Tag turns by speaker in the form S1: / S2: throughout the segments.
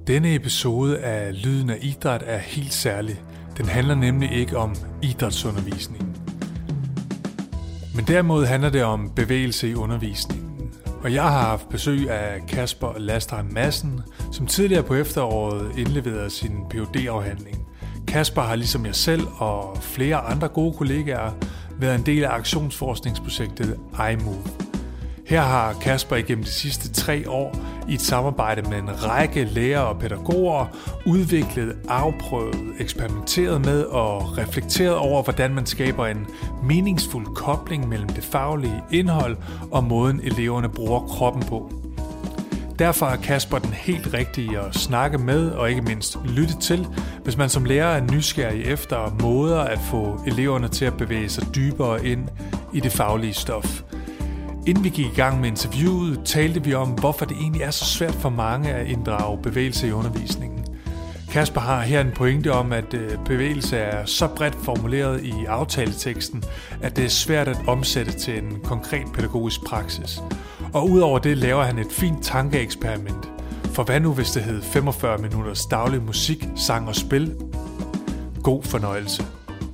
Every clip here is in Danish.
S1: Denne episode af Lyden af Idræt er helt særlig. Den handler nemlig ikke om idrætsundervisning. Men derimod handler det om bevægelse i undervisningen. Og jeg har haft besøg af Kasper Lastheim Madsen, som tidligere på efteråret indleverede sin Ph.D.-afhandling. Kasper har ligesom jeg selv og flere andre gode kollegaer været en del af aktionsforskningsprojektet iMove. Her har Kasper igennem de sidste 3 år i et samarbejde med en række lærere og pædagoger udviklet, afprøvet, eksperimenteret med og reflekteret over, hvordan man skaber en meningsfuld kobling mellem det faglige indhold og måden eleverne bruger kroppen på. Derfor er Kasper den helt rigtige at snakke med og ikke mindst lytte til, hvis man som lærer er nysgerrig efter måder at få eleverne til at bevæge sig dybere ind i det faglige stof. Inden vi gik i gang med interviewet, talte vi om, hvorfor det egentlig er så svært for mange at inddrage bevægelse i undervisningen. Kasper har her en pointe om, at bevægelse er så bredt formuleret i aftaleteksten, at det er svært at omsætte til en konkret pædagogisk praksis. Og udover det laver han et fint tankeeksperiment. For hvad nu, hvis det hed 45 minutters daglig musik, sang og spil? God fornøjelse.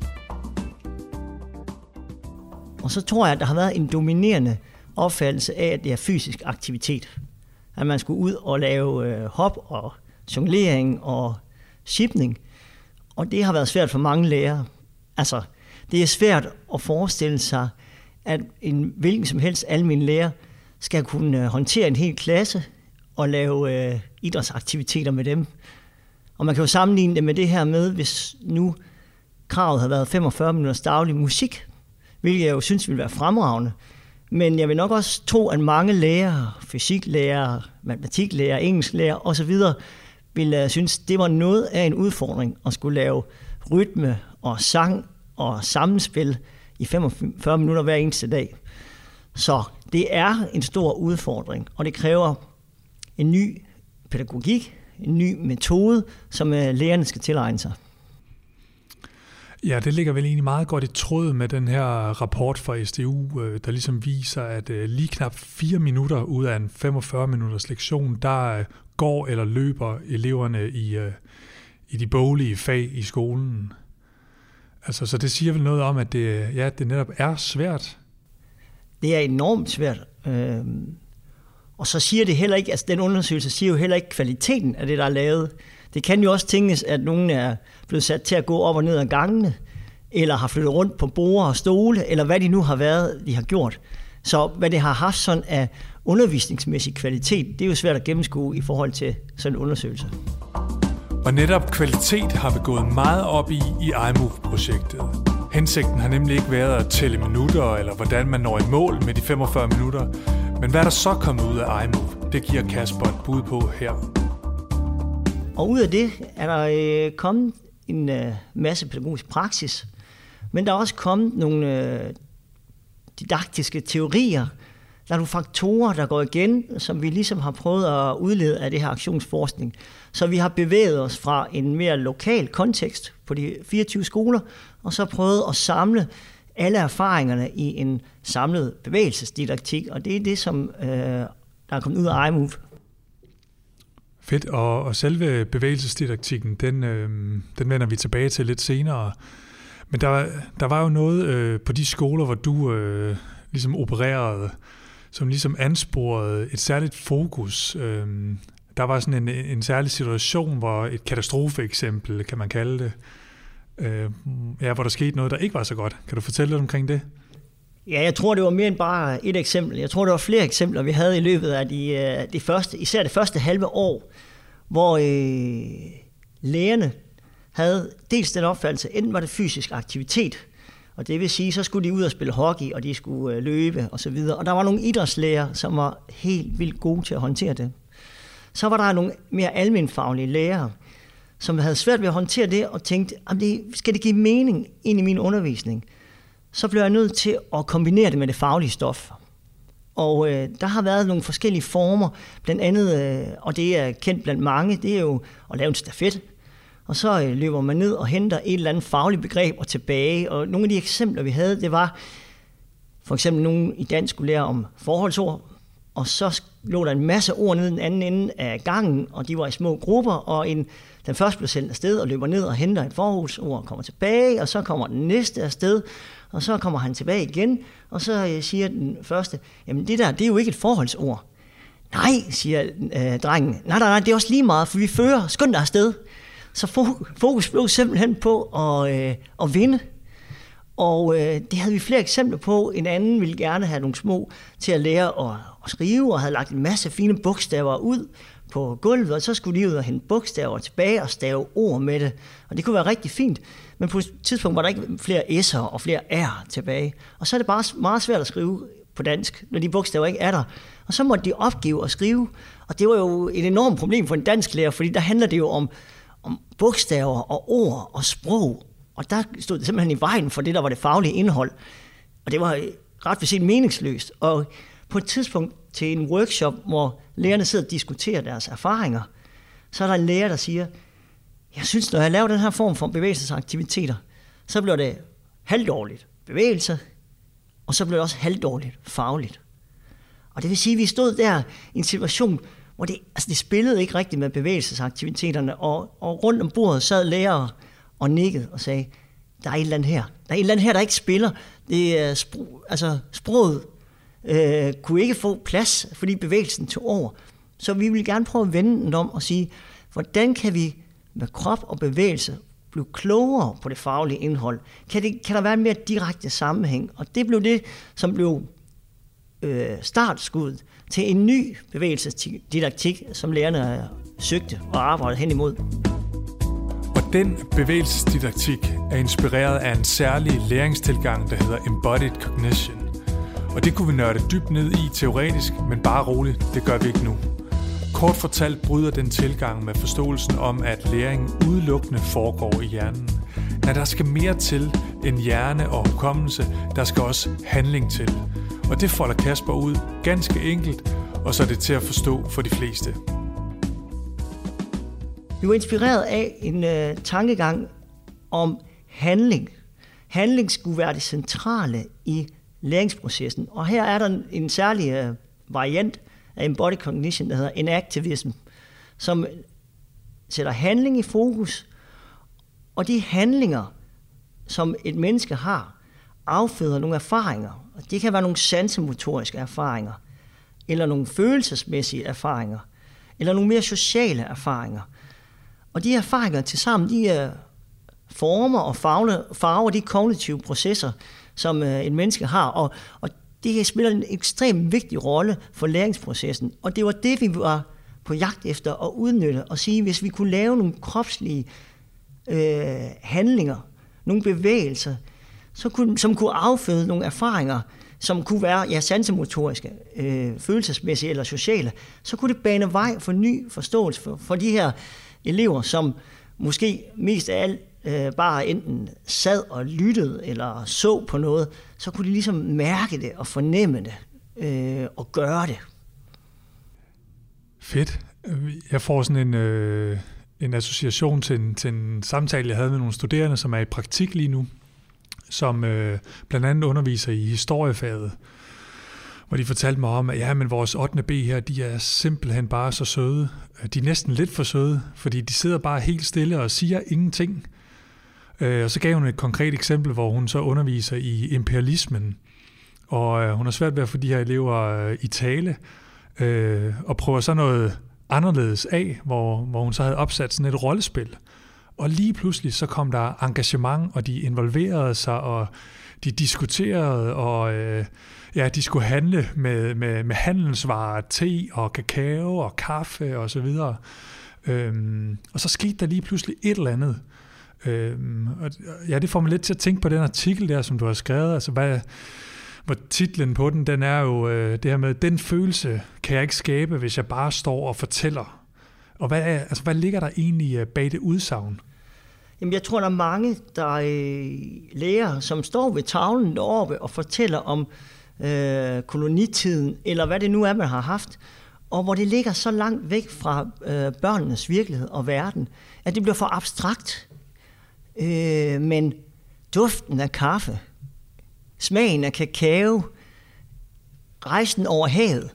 S2: Og så tror jeg, at der har været en dominerende opfattelse af, at det er fysisk aktivitet. At man skulle ud og lave hop og jonglering og shipning. Og det har været svært for mange lærere. Altså, det er svært at forestille sig, at en hvilken som helst almen lærer skal kunne håndtere en hel klasse og lave idrætsaktiviteter med dem. Og man kan jo sammenligne det med det her med, hvis nu kravet havde været 45 minutters daglig musik, hvilket jeg jo synes ville være fremragende. Men jeg vil nok også tro, at mange lærere, fysiklærere, matematiklærer, engelsklærer osv., ville synes, det var noget af en udfordring at skulle lave rytme og sang og sammenspil i 45 minutter hver eneste dag. Så det er en stor udfordring, og det kræver en ny pædagogik, en ny metode, som lærerne skal tilegne sig.
S1: Ja, det ligger vel egentlig meget godt i tråd med den her rapport fra SDU, der ligesom viser, at lige knap 4 minutter ud af en 45 minutters lektion, der går eller løber eleverne i de boglige fag i skolen. Altså, så det siger vel noget om, at det netop er svært.
S2: Det er enormt svært. Og så siger det heller ikke, altså den undersøgelse siger jo heller ikke kvaliteten af det, der er lavet. Det kan jo også tænkes, at nogen er blevet sat til at gå op og ned ad gangene, eller har flyttet rundt på borde og stole, eller hvad de nu har været, de har gjort. Så hvad det har haft sådan af undervisningsmæssig kvalitet, det er jo svært at gennemskue i forhold til sådan en undersøgelse.
S1: Og netop kvalitet har vi gået meget op i iMove-projektet. Hensigten har nemlig ikke været at tælle minutter, eller hvordan man når i mål med de 45 minutter. Men hvad er der så kommet ud af iMove? Det giver Kasper et bud på her.
S2: Og ud af det er der kommet en masse pædagogisk praksis, men der er også kommet nogle didaktiske teorier. Der er nogle faktorer, der går igen, som vi ligesom har prøvet at udlede af det her aktionsforskning. Så vi har bevæget os fra en mere lokal kontekst på de 24 skoler, og så prøvet at samle alle erfaringerne i en samlet bevægelsesdidaktik, og det er det, som der er kommet ud af iMove.
S1: Fedt, og selve bevægelsesdidaktikken, den vender vi tilbage til lidt senere. Men der var jo noget på de skoler, hvor du ligesom opererede, som ligesom ansporede et særligt fokus. Der var sådan en særlig situation, hvor et katastrofeeksempel, kan man kalde det, hvor der skete noget, der ikke var så godt. Kan du fortælle lidt omkring det?
S2: Ja, jeg tror, det var mere end bare et eksempel. Jeg tror, det var flere eksempler, vi havde i løbet af især det første halve år, hvor lærerne havde dels den opfattelse, enten var det fysisk aktivitet, og det vil sige, så skulle de ud og spille hockey, og de skulle løbe osv. Og der var nogle idrætslærere, som var helt vildt gode til at håndtere det. Så var der nogle mere almenfaglige lærere, som havde svært ved at håndtere det, og tænkte, skal det give mening ind i min undervisning? Så blev jeg nødt til at kombinere det med det faglige stof. Og der har været nogle forskellige former, blandt andet, og det er kendt blandt mange, det er jo at lave en stafet. Og så løber man ned og henter et eller andet fagligt begreb og tilbage. Og nogle af de eksempler, vi havde, det var for eksempel nogen i dansk skulle lære om forholdsord, og så lå der en masse ord ned den anden ende af gangen, og de var i små grupper, og den første blev sendt afsted og løber ned og henter et forholdsord og kommer tilbage, og så kommer den næste afsted, og så kommer han tilbage igen, og så siger den første, jamen det er jo ikke et forholdsord. Nej, siger drengen, nej, det er også lige meget, for vi fører, skynd dig afsted. Så fokus blev simpelthen på at vinde. Og det havde vi flere eksempler på. En anden ville gerne have nogle små til at lære at skrive, og havde lagt en masse fine bogstaver ud på gulvet, og så skulle de ud og hente bogstaver tilbage og stave ord med det. Og det kunne være rigtig fint, men på et tidspunkt var der ikke flere s'er og flere r'er tilbage. Og så er det bare meget svært at skrive på dansk, når de bogstaver ikke er der. Og så måtte de opgive at skrive, og det var jo et enormt problem for en dansklærer, fordi der handler det jo om bogstaver og ord og sprog. Og der stod det simpelthen i vejen for det, der var det faglige indhold. Og det var ret beset meningsløst. Og på et tidspunkt til en workshop, hvor lærerne sidder og diskuterer deres erfaringer, så er der en lærer, der siger, jeg synes, når jeg laver den her form for bevægelsesaktiviteter, så bliver det halvdårligt bevægelse, og så bliver det også halvdårligt fagligt. Og det vil sige, at vi stod der i en situation, hvor det spillede ikke rigtigt med bevægelsesaktiviteterne, og rundt om bordet sad lærere og nikkede og sagde, der er et eller andet her. Der er et eller andet her, der ikke spiller. Det er sproget kunne ikke få plads, fordi bevægelsen tog over. Så vi vil gerne prøve at vende den om og sige, hvordan kan vi med krop og bevægelse blive klogere på det faglige indhold? Kan der være en mere direkte sammenhæng? Og det blev det, som blev startskuddet til en ny bevægelsesdidaktik, som lærerne søgte og arbejdede hen imod.
S1: Og den bevægelsesdidaktik er inspireret af en særlig læringstilgang, der hedder Embodied Cognition. Og det kunne vi nørde dybt ned i teoretisk, men bare roligt, det gør vi ikke nu. Kort fortalt bryder den tilgang med forståelsen om, at læring udelukkende foregår i hjernen. Nej, der skal mere til end hjerne og hukommelse, der skal også handling til. Og det folder Kasper ud ganske enkelt, og så er det til at forstå for de fleste.
S2: Vi var inspireret af en tankegang om handling. Handling skulle være det centrale i læringsprocessen. Og her er der en særlig variant af Embodied Cognition, der hedder enactivism, som sætter handling i fokus, og de handlinger, som et menneske har, afføder nogle erfaringer. Og det kan være nogle sansemotoriske erfaringer, eller nogle følelsesmæssige erfaringer, eller nogle mere sociale erfaringer. Og de erfaringer tilsammen, de former og farver de kognitive processer, som et menneske har, og det spiller en ekstremt vigtig rolle for læringsprocessen. Og det var det, vi var på jagt efter at udnytte, og sige, hvis vi kunne lave nogle kropslige handlinger, nogle bevægelser, som kunne afføde nogle erfaringer, som kunne være sansemotoriske, følelsesmæssige eller sociale, så kunne det bane vej for ny forståelse for de her elever, som måske mest af alt bare enten sad og lyttede eller så på noget, så kunne de ligesom mærke det og fornemme det og gøre det.
S1: Fedt. Jeg får sådan en association til en samtale, jeg havde med nogle studerende, som er i praktik lige nu, som blandt andet underviser i historiefaget, hvor de fortalte mig om, at men vores 8. B her, de er simpelthen bare så søde. De er næsten lidt for søde, fordi de sidder bare helt stille og siger ingenting. Og så gav hun et konkret eksempel, hvor hun så underviser i imperialismen, og hun har svært ved at få de her elever i tale, og prøver så noget anderledes af, hvor hun så havde opsat sådan et rollespil. Og lige pludselig så kom der engagement, og de involverede sig, og de diskuterede, og de skulle handle med handelsvarer, te og kakao og kaffe og så videre. Og så skete der lige pludselig et eller andet. Det får mig lidt til at tænke på den artikel der, som du har skrevet. Altså hvor titlen på den er jo det her med, den følelse kan jeg ikke skabe, hvis jeg bare står og fortæller. Og hvad ligger der egentlig bag det udsagn?
S2: Jamen, jeg tror, der er mange, der lærer, som står ved tavlen deroppe og fortæller om kolonitiden, eller hvad det nu er, man har haft, og hvor det ligger så langt væk fra børnenes virkelighed og verden, at det bliver for abstrakt. Men duften af kaffe, smagen af kakao, rejsen over havet,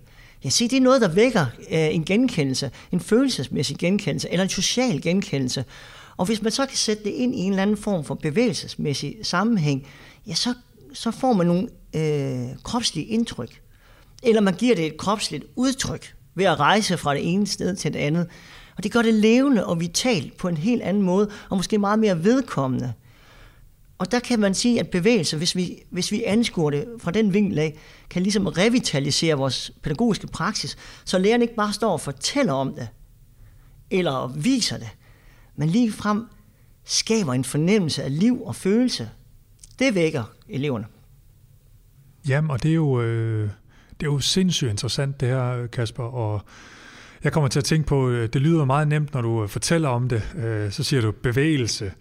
S2: Ja, se, det er noget, der vækker en genkendelse, en følelsesmæssig genkendelse, eller en social genkendelse. Og hvis man så kan sætte det ind i en eller anden form for bevægelsesmæssig sammenhæng, ja, så får man nogle kropslige indtryk. Eller man giver det et kropsligt udtryk ved at rejse fra det ene sted til det andet. Og det gør det levende og vitalt på en helt anden måde, og måske meget mere vedkommende. Og der kan man sige, at bevægelse, hvis vi anskuer det fra den vinkel af, kan ligesom revitalisere vores pædagogiske praksis, så læreren ikke bare står og fortæller om det, eller viser det, men ligefrem skaber en fornemmelse af liv og følelse. Det vækker eleverne.
S1: Jamen, og det er jo sindssygt interessant det her, Kasper, og jeg kommer til at tænke på, det lyder meget nemt, når du fortæller om det, så siger du bevægelse.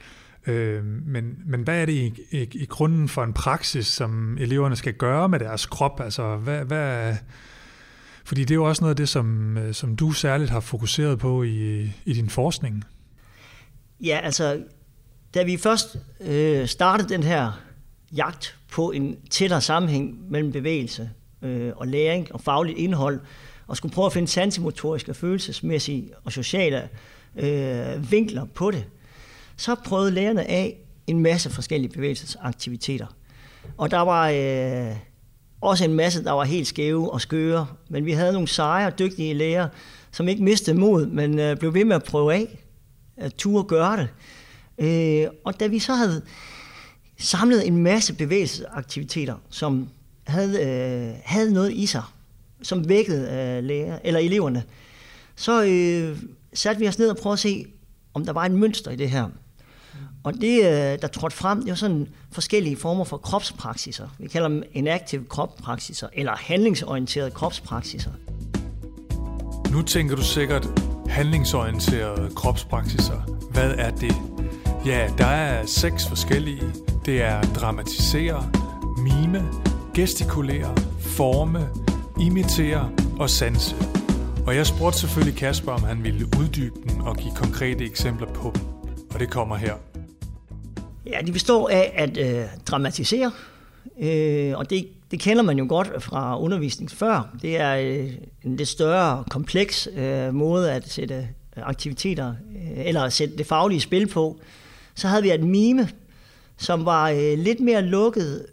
S1: Men hvad er det i grunden for en praksis, som eleverne skal gøre med deres krop? Altså, fordi det er jo også noget af det, som du særligt har fokuseret på i din forskning.
S2: Ja, altså, da vi først startede den her jagt på en tættere sammenhæng mellem bevægelse og læring og fagligt indhold, og skulle prøve at finde sansemotoriske, følelsesmæssige og sociale vinkler på det, så prøvede lærerne af en masse forskellige bevægelsesaktiviteter. Og der var også en masse, der var helt skæve og skøre, men vi havde nogle seje og dygtige lærere, som ikke mistede mod, men blev ved med at prøve af, at turde gøre det. Og da vi så havde samlet en masse bevægelsesaktiviteter, som havde noget i sig, som vækkede eleverne, så satte vi os ned og prøvede at se, om der var et mønster i det her. Og det, der trådte frem, det var sådan forskellige former for kropspraksiser. Vi kalder dem enactive kropspraksiser, eller handlingsorienterede kropspraksiser.
S1: Nu tænker du sikkert handlingsorienterede kropspraksiser. Hvad er det? Ja, der er 6 forskellige. Det er dramatisere, mime, gestikulere, forme, imitere og sanse. Og jeg spurgte selvfølgelig Kasper, om han ville uddybe den og give konkrete eksempler på dem. Og det kommer her.
S2: Ja, de består af at dramatisere, og det kender man jo godt fra undervisning før. Det er en lidt større, kompleks måde at sætte aktiviteter, eller at sætte det faglige spil på. Så havde vi et mime, som var lidt mere lukket,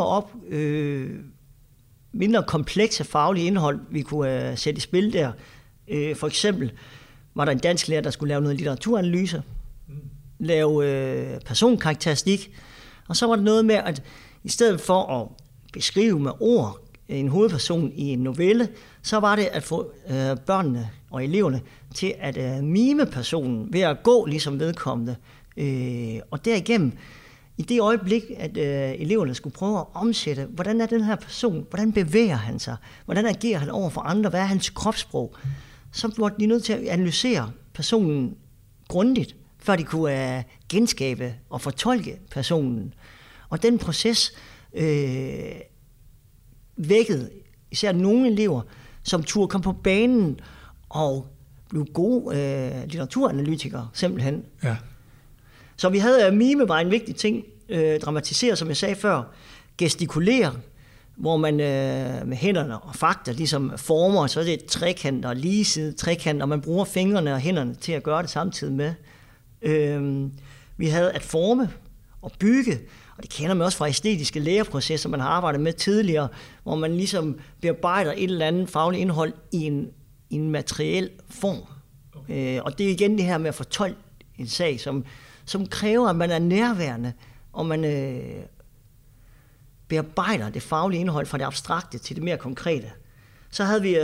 S2: mindre komplekse faglige indhold, vi kunne sætte i spil der. For eksempel var der en dansk lærer, der skulle lave noget litteraturanalyse, lave personkarakteristik, og så var der noget med, at i stedet for at beskrive med ord en hovedperson i en novelle, så var det at få børnene og eleverne til at mime personen ved at gå ligesom vedkommende. Og derigennem, i det øjeblik, at eleverne skulle prøve at omsætte, hvordan er den her person, hvordan bevæger han sig, hvordan agerer han over for andre, hvad er hans kropssprog, så var de nødt til at analysere personen grundigt, før de kunne genskabe og fortolke personen. Og den proces vækkede især nogle elever, som turde komme på banen og blev gode litteraturanalytikere, simpelthen. Ja. Så vi havde mime var en vigtig ting, dramatisere, som jeg sagde før, gestikulere, hvor man med hænderne og fakter ligesom former, så er det trekanter og ligeside trekanter, og man bruger fingrene og hænderne til at gøre det samtidig med. Vi havde at forme og bygge, og det kender man også fra æstetiske læreprocesser, man har arbejdet med tidligere, hvor man ligesom bearbejder et eller andet fagligt indhold i en materiel form. Og det er igen det her med at fortolke en sag, som kræver, at man er nærværende, og man bearbejder det faglige indhold fra det abstrakte til det mere konkrete. Så havde vi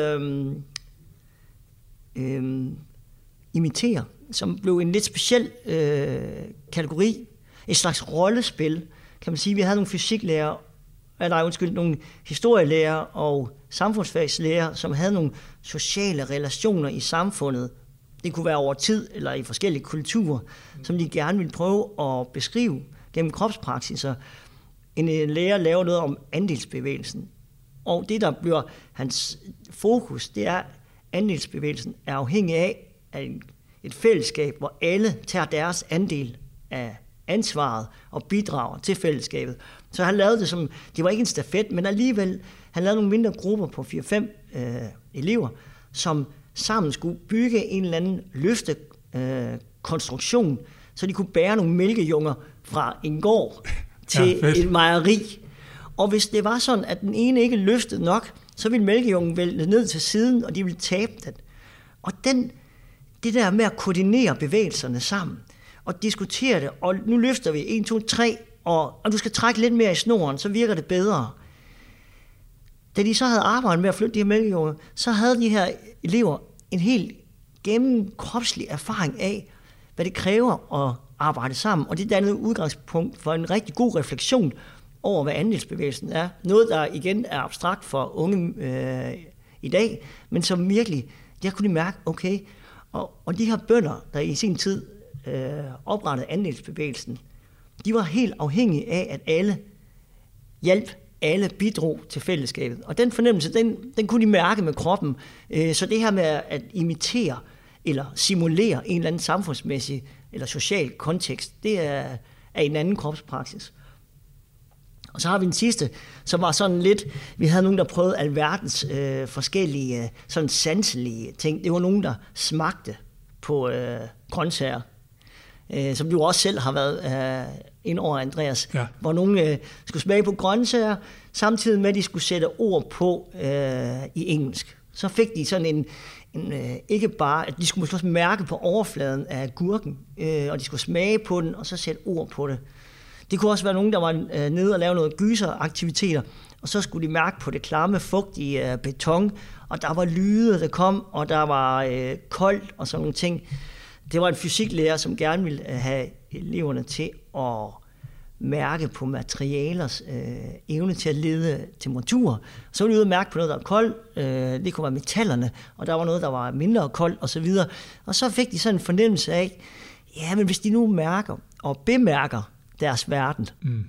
S2: imitere, som blev en lidt speciel kategori, et slags rollespil, kan man sige. Vi havde nogle historielærer og samfundsfagslærer, som havde nogle sociale relationer i samfundet. Det kunne være over tid eller i forskellige kulturer, som de gerne ville prøve at beskrive gennem kropspraksiser. En lærer laver noget om andelsbevægelsen. Og det, der bliver hans fokus, det er, at andelsbevægelsen er afhængig af et fællesskab, hvor alle tager deres andel af ansvaret og bidrager til fællesskabet. Så han lavede det som, det var ikke en stafet, men alligevel, han lavede nogle mindre grupper på 4-5 elever, som sammen skulle bygge en eller anden løftekonstruktion, så de kunne bære nogle mælkejunger fra en gård til et mejeri. Og hvis det var sådan, at den ene ikke løftede nok, så ville mælkejungen vælte ned til siden, og de ville tabe den. Og det der med at koordinere bevægelserne sammen, og diskutere det, og nu løfter vi 1, 2, 3, og du skal trække lidt mere i snoren, så virker det bedre. Da de så havde arbejdet med at flytte de her mælkejunger, så havde de her elever en helt gennemkropslig erfaring af, hvad det kræver at arbejde sammen, og det dannede udgangspunkt for en rigtig god refleksion over, hvad andelsbevægelsen er. Noget, der igen er abstrakt for unge i dag, men som virkelig, der kunne de mærke, okay, og de her bønder, der i sin tid oprettede andelsbevægelsen, de var helt afhængige af, at alle hjalp, alle bidrog til fællesskabet. Og den fornemmelse, den kunne de mærke med kroppen. Så det her med at imitere eller simulere en eller anden samfundsmæssig eller social kontekst, det er en anden kropspraksis. Og så har vi den sidste, som var sådan lidt, vi havde nogen, der prøvede alverdens forskellige sådan sanselige ting. Det var nogen, der smagte på grøntsager, som du også selv har været ind over, Andreas, ja. Hvor nogen skulle smage på grøntsager, samtidig med, at de skulle sætte ord på i engelsk. Så fik de sådan en ikke bare, at de skulle måske også mærke på overfladen af gurken, og de skulle smage på den, og så sætte ord på det. Det kunne også være nogen, der var nede og lave noget gyseraktiviteter, og så skulle de mærke på det klamme, fugtige beton, og der var lyde, der kom, og der var koldt og sådan nogle ting. Det var en fysiklærer, som gerne ville have eleverne til at mærke på materialers evne til at lede temperaturer. Så var de ude at mærke på noget, der var koldt. Det kunne være metallerne, og der var noget, der var mindre koldt osv. Og så fik de sådan en fornemmelse af, ja, men hvis de nu mærker og bemærker deres verden,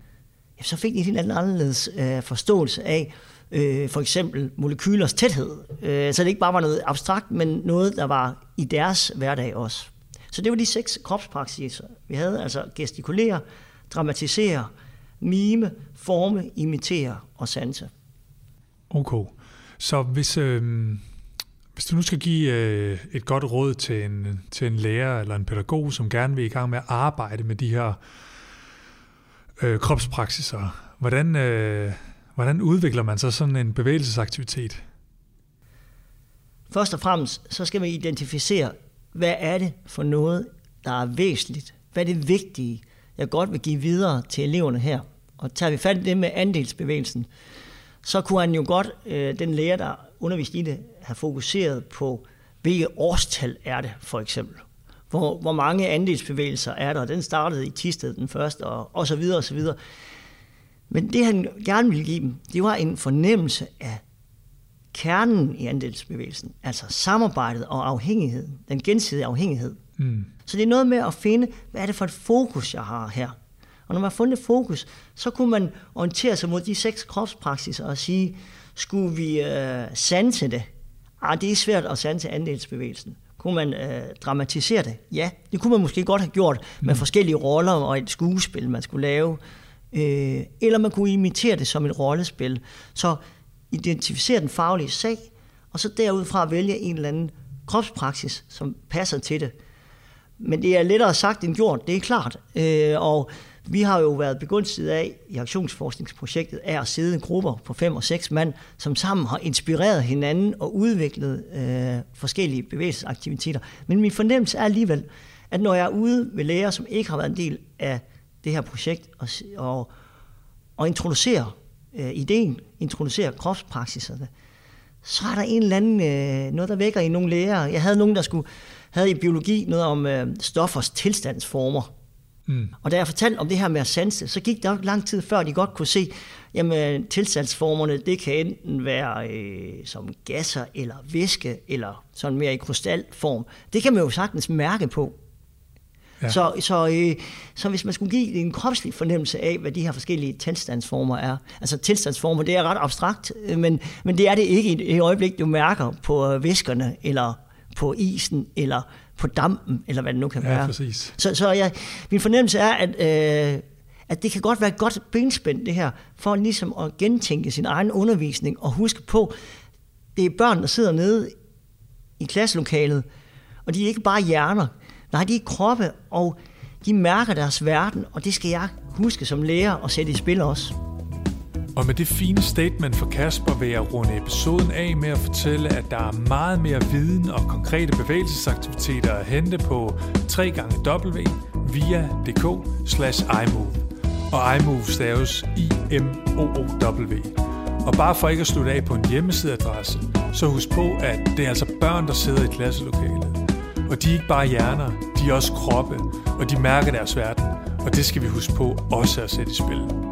S2: så fik de en helt anderledes forståelse af for eksempel molekylers tæthed. Så det ikke bare var noget abstrakt, men noget, der var i deres hverdag også. Så det var de 6 kropspraksiser, vi havde, altså gestikulere, dramatisere, mime, forme, imitere og sanse.
S1: Okay. Så hvis du nu skal give et godt råd til en lærer eller en pædagog, som gerne vil i gang med at arbejde med de her kropspraksiser, hvordan udvikler man så sådan en bevægelsesaktivitet?
S2: Først og fremmest, så skal man identificere, hvad er det for noget, der er væsentligt? Hvad er det vigtige, jeg godt vil give videre til eleverne her? Og tager vi fat i det med andelsbevægelsen, så kunne han jo godt, den lærer, der underviste i det, have fokuseret på, hvilke årstal er det, for eksempel. Hvor mange andelsbevægelser er der? Den startede i Thisted den første, og så videre, og så videre. Men det, han gerne ville give dem, det var en fornemmelse af kernen i andelsbevægelsen, altså samarbejdet og afhængigheden, den gensidige afhængighed. Så det er noget med at finde, hvad er det for et fokus, jeg har her? Og når man har fundet fokus, så kunne man orientere sig mod de 6 kropspraksiser og sige, skulle vi sanse det? Det er svært at sanse andelsbevægelsen. Kunne man dramatisere det? Ja, det kunne man måske godt have gjort med forskellige roller og et skuespil, man skulle lave. Eller man kunne imitere det som et rollespil. Så identificere den faglige sag, og så derudfra vælge en eller anden kropspraksis, som passer til det. Men det er lettere sagt end gjort, det er klart. Og vi har jo været begunstiget af i aktionsforskningsprojektet af at sidde i grupper på 5 og 6 mand, som sammen har inspireret hinanden og udviklet forskellige bevægelsesaktiviteter. Men min fornemmelse er alligevel, at når jeg er ude ved lærer, som ikke har været en del af det her projekt, og introducere ideen, introducere kropspraksiserne, så er der en eller anden, noget der vækker i nogle lærere. Jeg havde nogen, der havde i biologi noget om stoffers tilstandsformer. Og da jeg fortalte om det her med at sanse, så gik der lang tid før, de godt kunne se, jamen tilstandsformerne, det kan enten være som gasser eller væske, eller sådan mere i krystalform. Det kan man jo sagtens mærke på. Ja. Så hvis man skulle give en kropslig fornemmelse af, hvad de her forskellige tilstandsformer er, altså tilstandsformer, det er ret abstrakt, men det er det ikke i et øjeblik, du mærker på væskerne, eller på isen, eller på dampen, eller hvad det nu kan være.
S1: Ja, præcis.
S2: Så min fornemmelse er, at det kan godt være et godt benspænd, det her, for ligesom at gentænke sin egen undervisning, og huske på, det er børn, der sidder nede i klasselokalet, og de er ikke bare hjerner, nej, de er kroppe, og de mærker deres verden, og det skal jeg huske som lærer og sætte i spil også.
S1: Og med det fine statement fra Kasper vil jeg runde episoden af med at fortælle, at der er meget mere viden og konkrete bevægelsesaktiviteter at hente på www.via.dk/imove. Og imove staves IMOOW. Og bare for ikke at slutte af på en hjemmesideadresse, så husk på, at det er altså børn, der sidder i klasselokalet. Og de er ikke bare hjerner, de er også kroppe, og de mærker deres verden. Og det skal vi huske på også at sætte i spil.